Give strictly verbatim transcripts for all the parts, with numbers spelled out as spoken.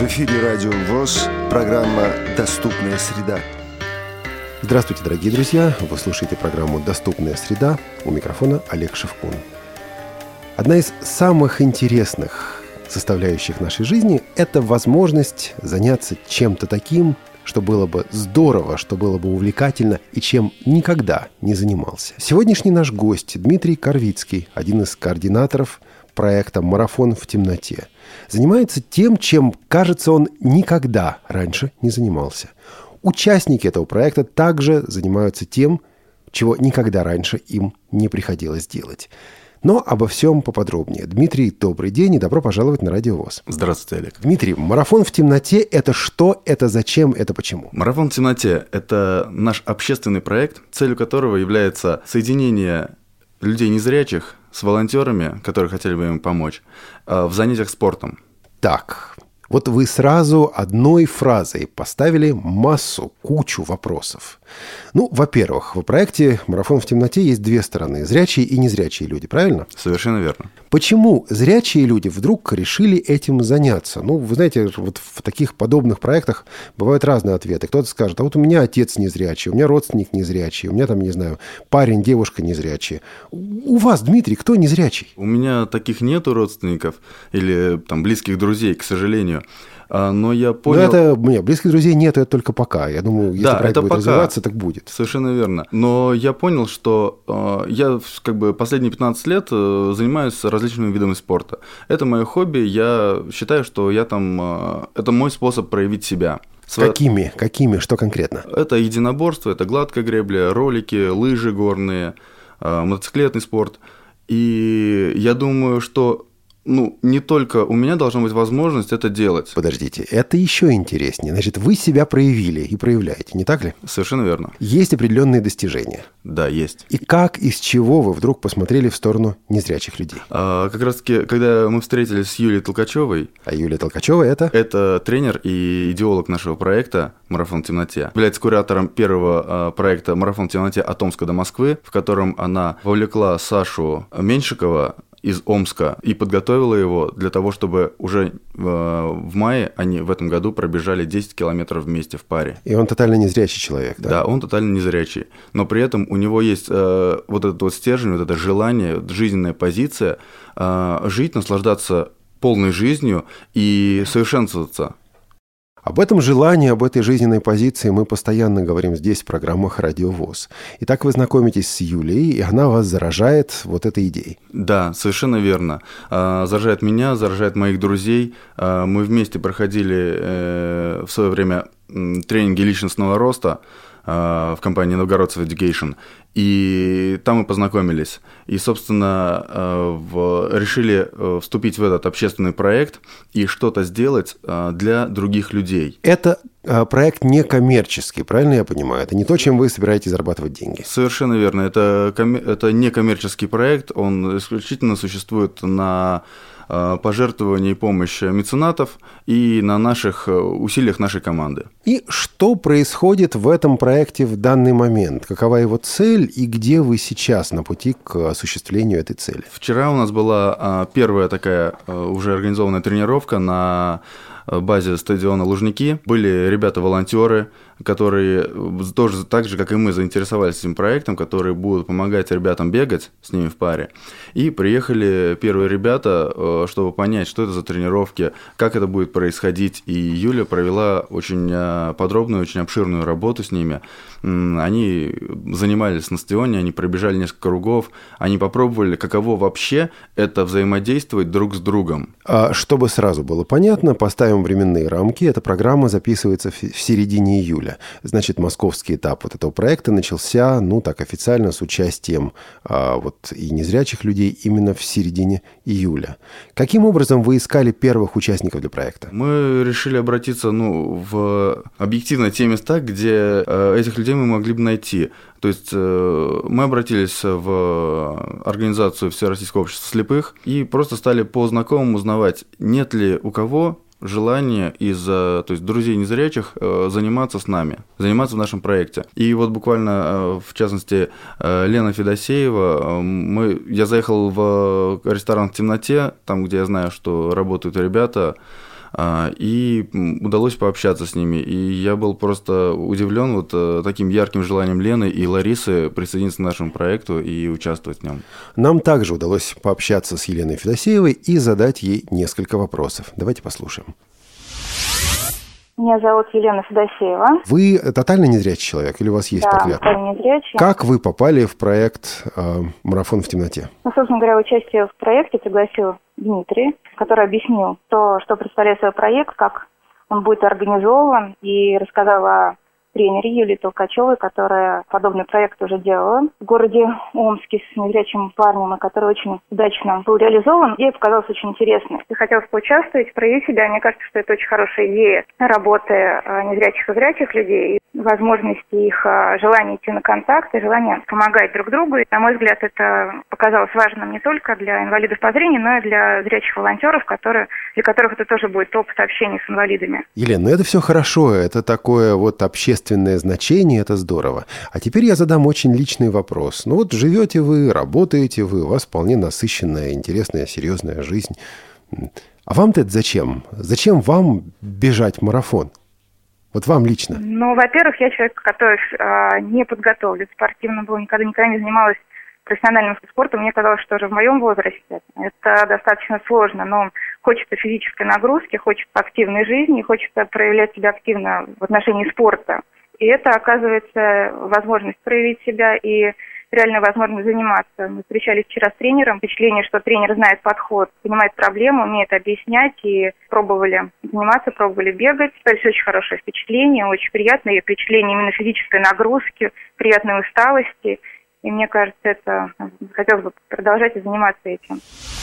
эфире Радио ВОС, программа «Доступная среда». Здравствуйте, дорогие друзья! Вы слушаете программу «Доступная среда». У микрофона Олег Шевкун. Одна из самых интересных составляющих нашей жизни – это возможность заняться чем-то таким, что было бы здорово, что было бы увлекательно и чем никогда не занимался. Сегодняшний наш гость Дмитрий Корвицкий, один из координаторов проекта «Марафон в темноте», занимается тем, чем, кажется, он никогда раньше не занимался. Участники этого проекта также занимаются тем, чего никогда раньше им не приходилось делать. Но обо всем поподробнее. Дмитрий, добрый день и добро пожаловать на Радио ВОС. Здравствуйте, Олег. Дмитрий, марафон в темноте – это что, это зачем, это почему? Марафон в темноте – это наш общественный проект, целью которого является соединение людей незрячих с волонтерами, которые хотели бы им помочь, в занятиях спортом. Так, вот вы сразу одной фразой поставили массу, кучу вопросов. Ну, во-первых, в проекте «Марафон в темноте» есть две стороны – зрячие и незрячие люди, правильно? Совершенно верно. Почему зрячие люди вдруг решили этим заняться? Ну, вы знаете, вот в таких подобных проектах бывают разные ответы. Кто-то скажет, а вот у меня отец незрячий, у меня родственник незрячий, у меня там, не знаю, парень, девушка незрячие. У вас, Дмитрий, кто незрячий? У меня таких нету родственников или там близких друзей, к сожалению. Но я понял... Но это, нет, близких друзей нет, это только пока. Я думаю, если да, проект это будет пока. развиваться, так будет. Совершенно верно. Но я понял, что э, я как бы последние пятнадцать лет э, занимаюсь различными видами спорта. Это мое хобби, я считаю, что я там... Э, это мой способ проявить себя. Какими? Какими? Что конкретно? Это единоборство, это гладкая гребля, ролики, лыжи горные, э, мотоциклетный спорт. И я думаю, что... Ну, не только у меня должна быть возможность это делать. Подождите, это еще интереснее. Значит, вы себя проявили и проявляете, не так ли? Совершенно верно. Есть определенные достижения. Да, есть. И как, из чего вы вдруг посмотрели в сторону незрячих людей? А, как раз-таки, когда мы встретились с Юлией Толкачевой. А Юлия Толкачева это? Это тренер и идеолог нашего проекта «Марафон в темноте». Является куратором первого а, проекта «Марафон в темноте» от Омска до Москвы, в котором она вовлекла Сашу Меньшикова из Омска и подготовила его для того, чтобы уже в мае они в этом году пробежали десять километров вместе в паре. И он тотально незрячий человек, да? Да, он тотально незрячий, но при этом у него есть э, вот этот вот стержень, вот это желание, жизненная позиция э, жить, наслаждаться полной жизнью и совершенствоваться. Об этом желании, об этой жизненной позиции мы постоянно говорим здесь, в программах «Радио ВОС». Итак, вы знакомитесь с Юлией, и она вас заражает вот этой идеей. Да, совершенно верно. Заражает меня, заражает моих друзей. Мы вместе проходили в свое время тренинги личностного роста в компании Новгородцев Education, и там мы познакомились. И, собственно, в... решили вступить в этот общественный проект и что-то сделать для других людей. Это проект некоммерческий, правильно я понимаю? Это не то, чем вы собираетесь зарабатывать деньги. Совершенно верно. Это, ком... это некоммерческий проект, он исключительно существует на пожертвования и помощь меценатов и на наших усилиях нашей команды. И что происходит в этом проекте в данный момент? Какова его цель и где вы сейчас на пути к осуществлению этой цели? Вчера у нас была первая такая уже организованная тренировка на базе стадиона Лужники. Были ребята-волонтеры, которые тоже так же, как и мы, заинтересовались этим проектом, которые будут помогать ребятам бегать с ними в паре. И приехали первые ребята, чтобы понять, что это за тренировки, как это будет происходить. И Юля провела очень подробную, очень обширную работу с ними. Они занимались на стадионе, они пробежали несколько кругов, они попробовали, каково вообще это взаимодействовать друг с другом. А чтобы сразу было понятно, поставим временные рамки. Эта программа записывается в середине июля. Значит, московский этап вот этого проекта начался, ну, так официально, с участием а, вот и незрячих людей именно в середине июля. Каким образом вы искали первых участников для проекта? Мы решили обратиться, ну, в объективно те места, где э, этих людей мы могли бы найти. То есть э, мы обратились в организацию Всероссийского общества слепых и просто стали по знакомым узнавать, нет ли у кого желание из, то есть, друзей незрячих заниматься с нами, заниматься в нашем проекте. И вот буквально, в частности, Лена Федосеева, мы, я заехал в ресторан в темноте, там, где я знаю, что работают ребята, и удалось пообщаться с ними. И я был просто удивлен вот таким ярким желанием Лены и Ларисы присоединиться к нашему проекту и участвовать в нем. Нам также удалось пообщаться с Еленой Федосеевой и задать ей несколько вопросов. Давайте послушаем. Меня зовут Елена Федосеева. Вы тотально незрячий человек или у вас есть да, портрет? Да, тотально незрячий. Как вы попали в проект э, «Марафон в темноте»? Ну, собственно говоря, участие в проекте пригласил Дмитрий, который объяснил то, что представляет свой проект, как он будет организован, и рассказал о тренере Юлии Толкачевой, которая подобный проект уже делала в городе Омске с незрячим парнем, и который очень удачно был реализован. Идея показалась очень интересной. Я хотела поучаствовать, проявить себя. Мне кажется, что это очень хорошая идея работы незрячих и зрячих людей, возможности их желания идти на контакт и желания помогать друг другу. И, на мой взгляд, это показалось важным не только для инвалидов по зрению, но и для зрячих волонтеров, которые, для которых это тоже будет опыт общения с инвалидами. Елена, ну это все хорошо, это такое вот общественное значение, это здорово. А теперь я задам очень личный вопрос. Ну вот живете вы, работаете вы, у вас вполне насыщенная, интересная, серьезная жизнь. А вам-то это зачем? Зачем вам бежать марафон? Вот вам лично. Ну, во-первых, я человек, который э, не подготовлен спортивно был, никогда, никогда не занималась профессиональным спортом. Мне казалось, что уже в моем возрасте это достаточно сложно, но хочется физической нагрузки, хочется активной жизни, хочется проявлять себя активно в отношении спорта. И это, оказывается, возможность проявить себя и реальная возможность заниматься. Мы встречались вчера с тренером. Впечатление, что тренер знает подход, понимает проблему, умеет объяснять. И пробовали заниматься, пробовали бегать. То есть очень хорошее впечатление, очень приятное впечатление именно физической нагрузки, приятной усталости. И мне кажется, это хотелось бы продолжать и заниматься этим.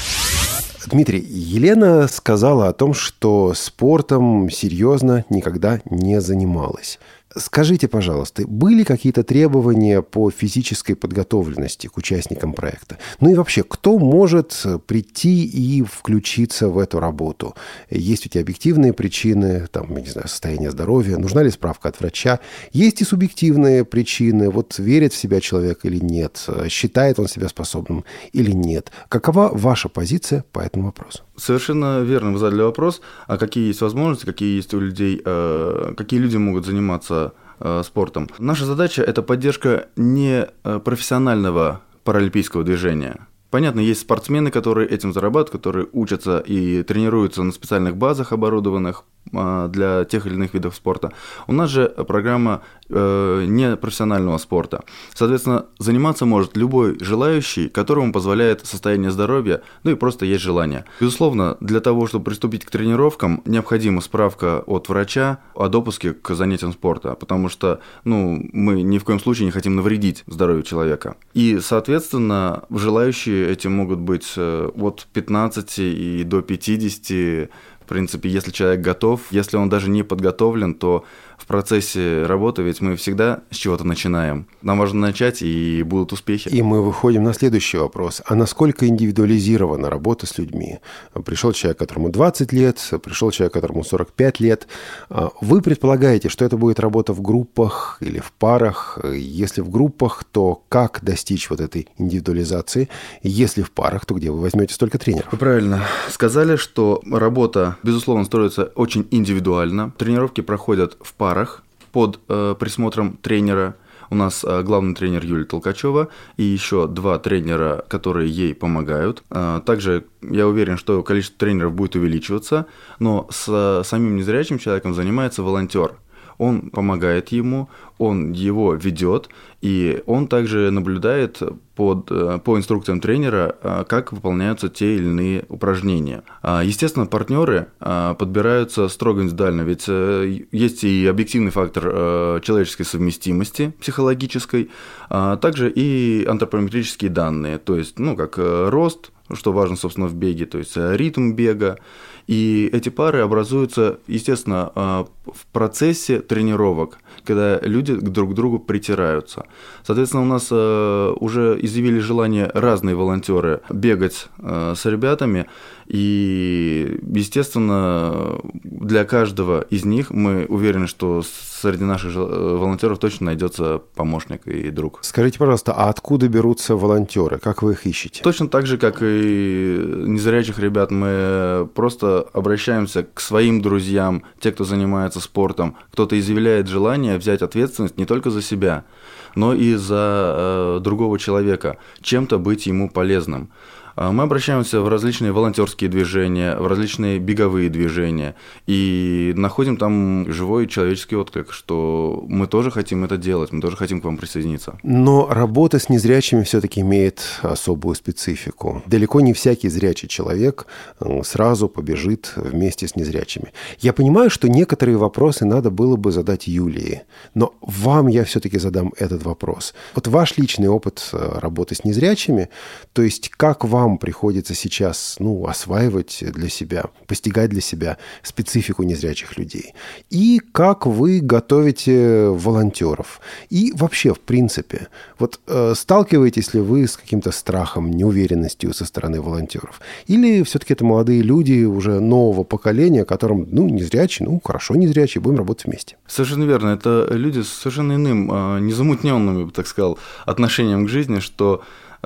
Дмитрий, Елена сказала о том, что спортом серьезно никогда не занималась. Скажите, пожалуйста, были какие-то требования по физической подготовленности к участникам проекта? Ну и вообще, кто может прийти и включиться в эту работу? Есть ведь объективные причины, там, я не знаю, состояние здоровья, нужна ли справка от врача? Есть и субъективные причины, вот верит в себя человек или нет, считает он себя способным или нет. Какова ваша позиция по этому вопросу? Совершенно верно вы задали вопрос, а какие есть возможности, какие есть у людей, э, какие люди могут заниматься э, спортом. Наша задача – это поддержка не профессионального паралимпийского движения. Понятно, есть спортсмены, которые этим зарабатывают, которые учатся и тренируются на специальных базах, оборудованных для тех или иных видов спорта. У нас же программа э, непрофессионального спорта. Соответственно, заниматься может любой желающий, которому позволяет состояние здоровья, ну и просто есть желание. Безусловно, для того, чтобы приступить к тренировкам, необходима справка от врача о допуске к занятиям спорта, потому что ну, мы ни в коем случае не хотим навредить здоровью человека. И, соответственно, желающие эти могут быть от пятнадцати и до пятидесяти. В принципе, если человек готов, если он даже не подготовлен, то в процессе работы ведь мы всегда с чего-то начинаем. Нам важно начать, и будут успехи. И мы выходим на следующий вопрос. А насколько индивидуализирована работа с людьми? Пришел человек, которому двадцать лет, пришел человек, которому сорок пять лет. Вы предполагаете, что это будет работа в группах или в парах? Если в группах, то как достичь вот этой индивидуализации? Если в парах, то где вы возьмете столько тренеров? Вы правильно сказали, что работа, безусловно, строится очень индивидуально. Тренировки проходят в парах под э, присмотром тренера. У нас э, главный тренер Юлия Толкачева и еще два тренера, которые ей помогают. Э, также я уверен, что количество тренеров будет увеличиваться, но с э, самим незрячим человеком занимается волонтер. Он помогает ему, он его ведет, и он также наблюдает под, по инструкциям тренера, как выполняются те или иные упражнения. Естественно, партнеры подбираются строго индивидуально, ведь есть и объективный фактор человеческой совместимости, психологической, а также и антропометрические данные, то есть, ну, как рост, что важно, собственно, в беге, то есть ритм бега. И эти пары образуются, естественно, в процессе тренировок, когда люди друг к другу притираются. Соответственно, у нас уже изъявили желание разные волонтеры бегать с ребятами, и, естественно, для каждого из них мы уверены, что среди наших волонтеров точно найдется помощник и друг. Скажите, пожалуйста, а откуда берутся волонтеры? Как вы их ищете? Точно так же, как и незрячих ребят, мы просто обращаемся к своим друзьям, те, кто занимается спортом. Кто-то изъявляет желание взять ответственность не только за себя, но и за э, другого человека, чем-то быть ему полезным. Мы обращаемся в различные волонтерские движения, в различные беговые движения и находим там живой человеческий отклик, что мы тоже хотим это делать, мы тоже хотим к вам присоединиться. Но работа с незрячими все-таки имеет особую специфику. Далеко не всякий зрячий человек сразу побежит вместе с незрячими. Я понимаю, что некоторые вопросы надо было бы задать Юлии, но вам я все-таки задам этот вопрос. Вот ваш личный опыт работы с незрячими, то есть как вам приходится сейчас, ну, осваивать для себя, постигать для себя специфику незрячих людей. И как вы готовите волонтеров. И вообще, в принципе, вот э, сталкиваетесь ли вы с каким-то страхом, неуверенностью со стороны волонтеров? Или все-таки это молодые люди уже нового поколения, которым, ну, незрячие, ну, хорошо незрячие, будем работать вместе? Совершенно верно. Это люди с совершенно иным, э, незамутненным, я бы так сказал, отношением к жизни, что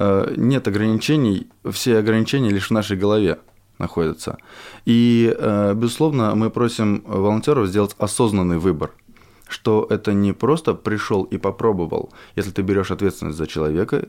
нет ограничений, все ограничения лишь в нашей голове находятся. И, безусловно, мы просим волонтеров сделать осознанный выбор, что это не просто пришел и попробовал. Если ты берешь ответственность за человека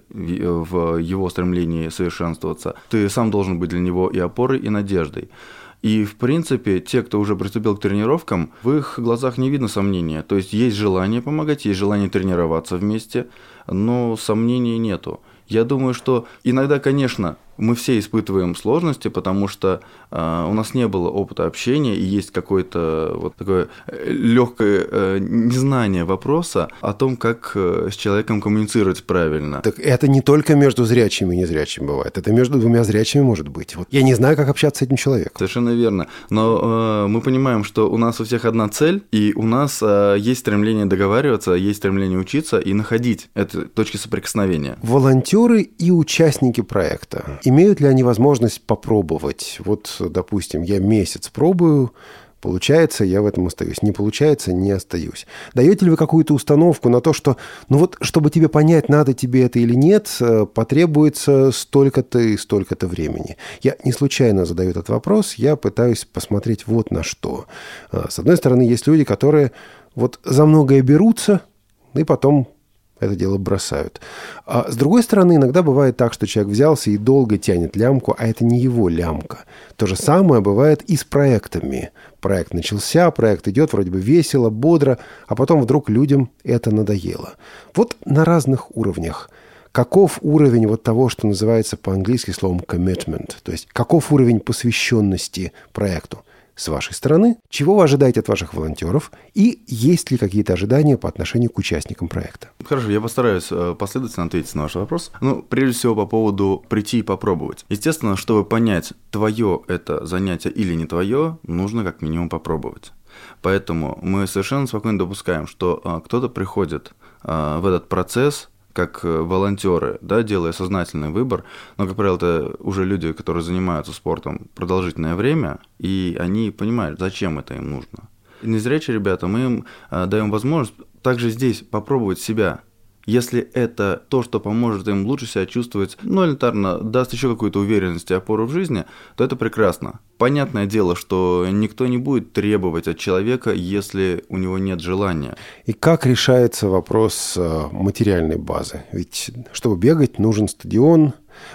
в его стремлении совершенствоваться, ты сам должен быть для него и опорой, и надеждой. И, в принципе, те, кто уже приступил к тренировкам, в их глазах не видно сомнения. То есть есть желание помогать, есть желание тренироваться вместе, но сомнений нету. Я думаю, что иногда, конечно, мы все испытываем сложности, потому что э, у нас не было опыта общения, и есть какое-то вот такое легкое э, незнание вопроса о том, как э, с человеком коммуницировать правильно. Так это не только между зрячими и незрячими бывает, это между двумя зрячими может быть. Вот я не знаю, как общаться с этим человеком. Совершенно верно. Но э, мы понимаем, что у нас у всех одна цель, и у нас э, есть стремление договариваться, есть стремление учиться и находить эти точки соприкосновения. Волонтеры и участники проекта. Имеют ли они возможность попробовать? Вот, допустим, я месяц пробую, получается, я в этом остаюсь. Не получается, не остаюсь. Даете ли вы какую-то установку на то, что, ну вот, чтобы тебе понять, надо тебе это или нет, потребуется столько-то и столько-то времени? Я не случайно задаю этот вопрос, я пытаюсь посмотреть вот на что. С одной стороны, есть люди, которые вот за многое берутся, и потом это дело бросают. А с другой стороны, иногда бывает так, что человек взялся и долго тянет лямку, а это не его лямка. То же самое бывает и с проектами. Проект начался, проект идет вроде бы весело, бодро, а потом вдруг людям это надоело. Вот на разных уровнях. Каков уровень вот того, что называется по-английски словом commitment, то есть каков уровень посвященности проекту с вашей стороны, чего вы ожидаете от ваших волонтеров и есть ли какие-то ожидания по отношению к участникам проекта? Хорошо, я постараюсь последовательно ответить на ваш вопрос. Ну, прежде всего, по поводу прийти и попробовать. Естественно, чтобы понять, твое это занятие или не твое, нужно как минимум попробовать. Поэтому мы совершенно спокойно допускаем, что а, кто-то приходит а, в этот процесс как волонтеры, да, делая сознательный выбор, но, как правило, это уже люди, которые занимаются спортом продолжительное время, и они понимают, зачем это им нужно. Незрячие ребята, мы им даем возможность также здесь попробовать себя. Если это то, что поможет им лучше себя чувствовать, ну, элементарно, даст еще какую-то уверенность и опору в жизни, то это прекрасно. Понятное дело, что никто не будет требовать от человека, если у него нет желания. И как решается вопрос материальной базы? Ведь чтобы бегать, нужен стадион,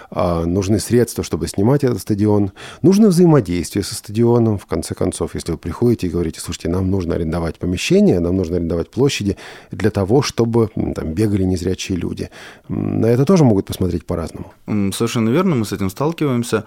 нужны средства, чтобы снимать этот стадион, нужно взаимодействие со стадионом. В конце концов, если вы приходите и говорите, слушайте, нам нужно арендовать помещение, нам нужно арендовать площади для того, чтобы там бегали незрячие люди. На это тоже могут посмотреть по-разному. Совершенно верно, мы с этим сталкиваемся,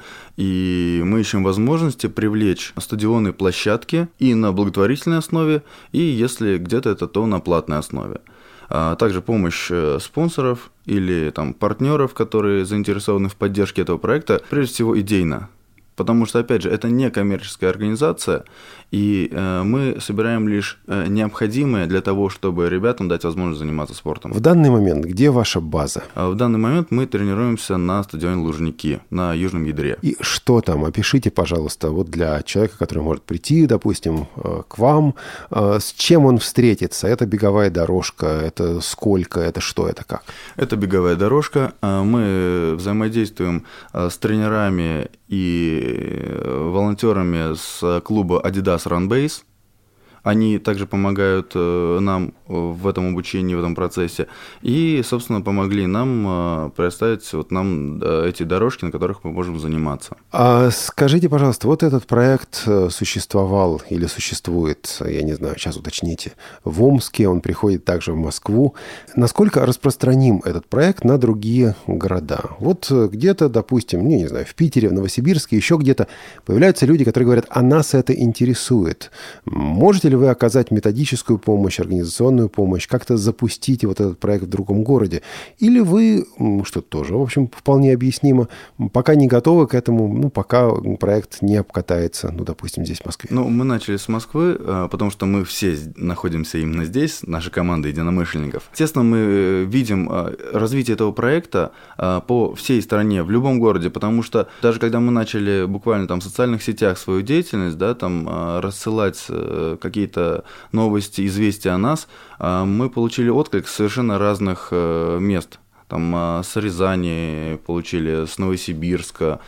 и мы ищем возможности привлечь стадионы, площадки и на благотворительной основе, и если где-то это, то на платной основе. А также помощь спонсоров или там, партнеров, которые заинтересованы в поддержке этого проекта, прежде всего идейно. Потому что, опять же, это не коммерческая организация, и э, мы собираем лишь э, необходимое для того, чтобы ребятам дать возможность заниматься спортом. В данный момент где ваша база? В данный момент мы тренируемся на стадионе Лужники, на Южном Ядре. И что там? Опишите, пожалуйста, вот для человека, который может прийти, допустим, к вам, с чем он встретится? Это беговая дорожка, это сколько, это что, это как? Это беговая дорожка. Мы взаимодействуем с тренерами и волонтерами с клуба Adidas Run Base. Они также помогают нам в этом обучении, в этом процессе. И, собственно, помогли нам предоставить вот нам эти дорожки, на которых мы можем заниматься. А скажите, пожалуйста, вот этот проект существовал или существует, я не знаю, сейчас уточните, в Омске, он приходит также в Москву. Насколько распространим этот проект на другие города? Вот где-то, допустим, не, не знаю, в Питере, в Новосибирске, еще где-то появляются люди, которые говорят, а нас это интересует. Можете ли вы оказать методическую помощь, организационную помощь, как-то запустить вот этот проект в другом городе? Или вы, что тоже, в общем, вполне объяснимо, пока не готовы к этому, ну, пока проект не обкатается, ну, допустим, здесь, в Москве? Ну, мы начали с Москвы, потому что мы все находимся именно здесь, наша команда единомышленников. Естественно, мы видим развитие этого проекта по всей стране, в любом городе, потому что даже когда мы начали буквально там в социальных сетях свою деятельность, да, там рассылать какие какие-то новости, известия о нас, мы получили отклик с совершенно разных мест. Там с Рязани получили, с Новосибирска,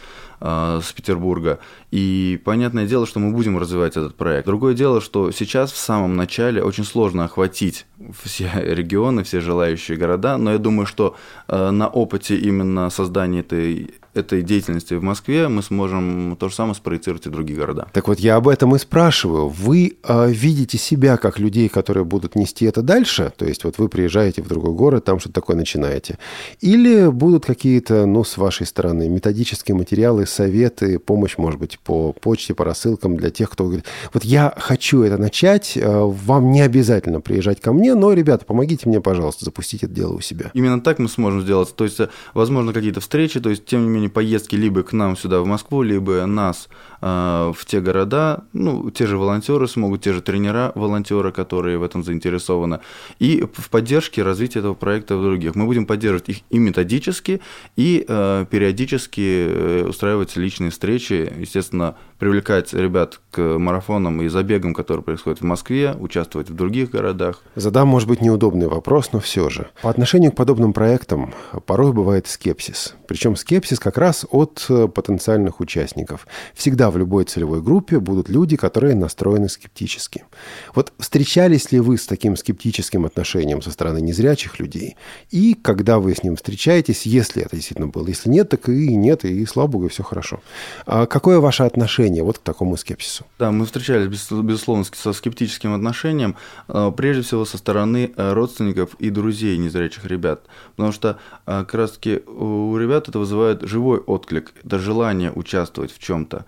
с Петербурга. И понятное дело, что мы будем развивать этот проект. Другое дело, что сейчас в самом начале очень сложно охватить все регионы, все желающие города, но я думаю, что на опыте именно создания этой этой деятельности в Москве мы сможем то же самое спроецировать и в другие города. Так вот, я об этом и спрашиваю. Вы э, видите себя как людей, которые будут нести это дальше? То есть вот вы приезжаете в другой город, там что-то такое начинаете. Или будут какие-то, ну, с вашей стороны, методические материалы, советы, помощь, может быть, по почте, по рассылкам для тех, кто говорит, вот я хочу это начать, э, вам не обязательно приезжать ко мне, но, ребята, помогите мне, пожалуйста, запустить это дело у себя. Именно так мы сможем сделать. То есть, возможно, какие-то встречи, то есть, тем не менее, поездки либо к нам сюда в Москву, либо нас э, в те города, ну, те же волонтеры смогут, те же тренера, волонтеры, которые в этом заинтересованы, и в поддержке развития этого проекта в других. Мы будем поддерживать их и методически, и э, периодически устраивать личные встречи, естественно, привлекать ребят к марафонам и забегам, которые происходят в Москве, участвовать в других городах. Задам, может быть, неудобный вопрос, но все же. По отношению к подобным проектам порой бывает скепсис. Причем скепсис как раз от потенциальных участников. Всегда в любой целевой группе будут люди, которые настроены скептически. Вот встречались ли вы с таким скептическим отношением со стороны незрячих людей? И когда вы с ним встречаетесь, если это действительно было, если нет, так и нет, и слава богу, и все хорошо. А какое ваше отношение вот к такому скепсису? Да, мы встречались, безусловно, со скептическим отношением, прежде всего со стороны родственников и друзей незрячих ребят, потому что как раз-таки у ребят это вызывает живой отклик, это желание участвовать в чем-то,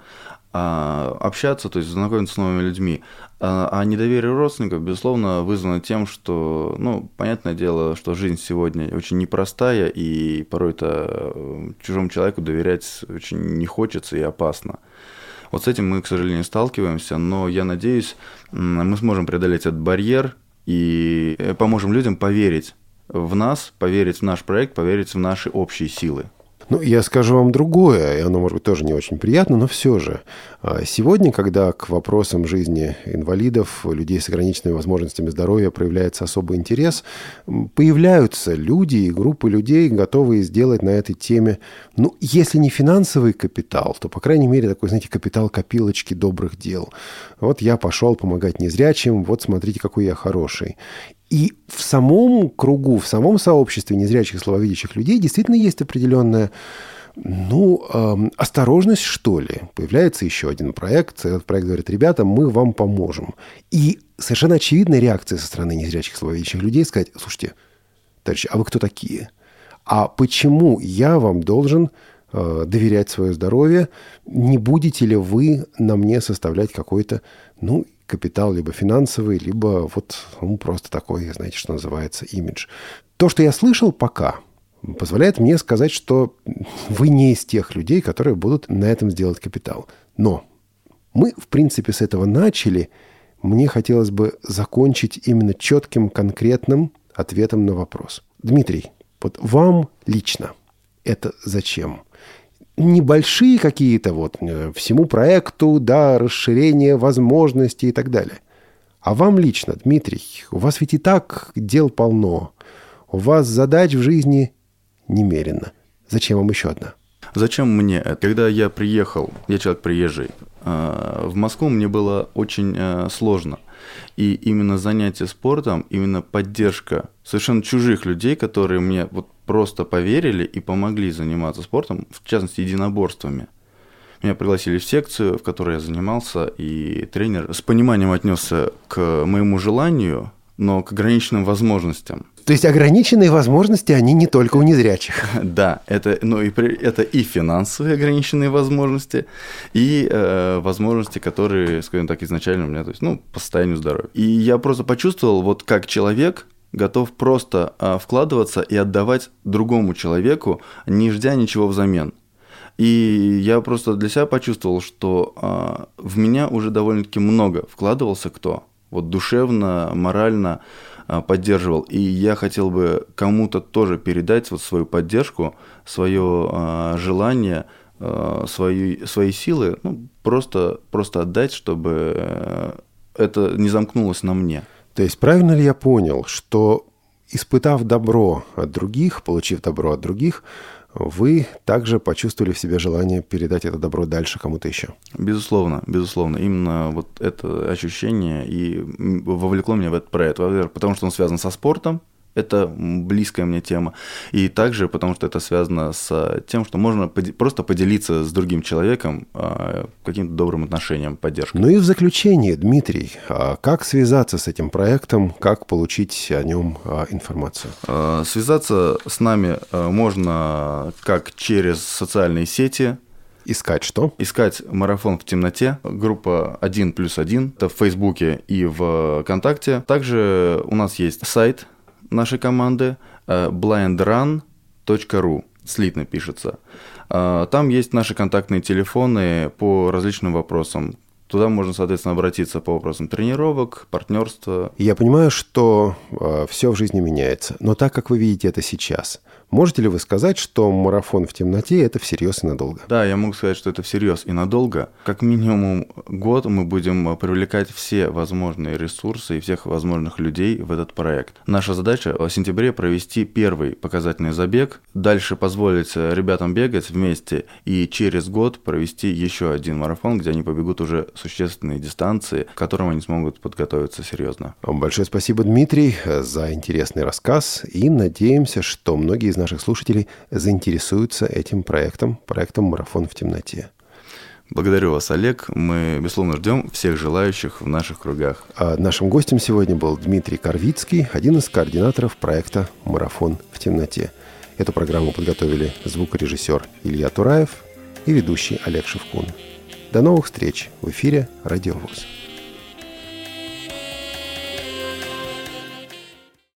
общаться, то есть знакомиться с новыми людьми. А недоверие родственников, безусловно, вызвано тем, что, ну, понятное дело, что жизнь сегодня очень непростая, и порой-то чужому человеку доверять очень не хочется и опасно. Вот с этим мы, к сожалению, сталкиваемся, но я надеюсь, мы сможем преодолеть этот барьер и поможем людям поверить в нас, поверить в наш проект, поверить в наши общие силы. Ну, я скажу вам другое, и оно, может быть, тоже не очень приятно, но все же. Сегодня, когда к вопросам жизни инвалидов, людей с ограниченными возможностями здоровья проявляется особый интерес, появляются люди и группы людей, готовые сделать на этой теме, ну, если не финансовый капитал, то, по крайней мере, такой, знаете, капитал копилочки добрых дел. Вот я пошел помогать незрячим, вот смотрите, какой я хороший. И в самом кругу, в самом сообществе незрячих и слабовидящих людей действительно есть определенная, ну, э, осторожность, что ли. Появляется еще один проект. Этот проект говорит, ребята, мы вам поможем. И совершенно очевидная реакция со стороны незрячих и слабовидящих людей сказать, слушайте, товарищи, а вы кто такие? А почему я вам должен э, доверять свое здоровье? Не будете ли вы на мне составлять какой-то, ну, капитал либо финансовый, либо вот ну, просто такой, знаете, что называется, имидж. То, что я слышал пока позволяет мне сказать, что вы не из тех людей, которые будут на этом сделать капитал. Но мы, в принципе, с этого начали. Мне хотелось бы закончить именно четким, конкретным ответом на вопрос. Дмитрий, вот вам лично это зачем? Небольшие какие-то вот всему проекту, да, расширение возможностей и так далее. А вам лично, Дмитрий, у вас ведь и так дел полно. У вас задач в жизни немерено. Зачем вам еще одна? Зачем мне это? Когда я приехал, я человек приезжий, в Москву мне было очень сложно. И именно занятие спортом, именно поддержка совершенно чужих людей, которые мне вот просто поверили и помогли заниматься спортом, в частности, единоборствами. Меня пригласили в секцию, в которой я занимался, и тренер с пониманием отнесся к моему желанию, но к ограниченным возможностям. То есть ограниченные возможности, они не только у незрячих. Да, это, ну, и, это и финансовые ограниченные возможности, и э, возможности, которые, скажем так, изначально у меня, то есть, ну, по состоянию здоровья. И я просто почувствовал, вот как человек готов просто э, вкладываться и отдавать другому человеку, не ждя ничего взамен. И я просто для себя почувствовал, что э, в меня уже довольно-таки много вкладывался кто, вот душевно, морально поддерживал, и я хотел бы кому-то тоже передать вот свою поддержку, свое э, желание, э, свои, свои силы, ну, просто, просто отдать, чтобы это не замкнулось на мне. То есть правильно ли я понял, что испытав добро от других, получив добро от других, вы также почувствовали в себе желание передать это добро дальше кому-то еще? Безусловно, безусловно. Именно вот это ощущение и вовлекло меня в этот проект. Во-первых, потому что он связан со спортом, это близкая мне тема. И также потому что это связано с тем, что можно просто поделиться с другим человеком каким-то добрым отношением, поддержкой. Ну и в заключение, Дмитрий, как связаться с этим проектом, как получить о нем информацию? Связаться с нами можно как через социальные сети. Искать что? Искать «Марафон в темноте», группа один плюс один, это в Фейсбуке и в ВКонтакте. Также у нас есть сайт нашей команды блайнд ран точка ру, слитно пишется. Там есть наши контактные телефоны по различным вопросам. Туда можно, соответственно, обратиться по вопросам тренировок, партнерства. Я понимаю, что э, все в жизни меняется, но так, как вы видите это сейчас, можете ли вы сказать, что марафон в темноте – это всерьез и надолго? Да, я могу сказать, что это всерьез и надолго. Как минимум год мы будем привлекать все возможные ресурсы и всех возможных людей в этот проект. Наша задача в сентябре провести первый показательный забег, дальше позволить ребятам бегать вместе и через год провести еще один марафон, где они побегут уже существенные дистанции, к которым они смогут подготовиться серьезно. Большое спасибо, Дмитрий, за интересный рассказ, и надеемся, что многие из наших слушателей заинтересуются этим проектом, проектом «Марафон в темноте». Благодарю вас, Олег. Мы, безусловно, ждем всех желающих в наших кругах. А нашим гостем сегодня был Дмитрий Корвицкий, один из координаторов проекта «Марафон в темноте». Эту программу подготовили звукорежиссер Илья Тураев и ведущий Олег Шевкун. До новых встреч в эфире «Радио ВОС».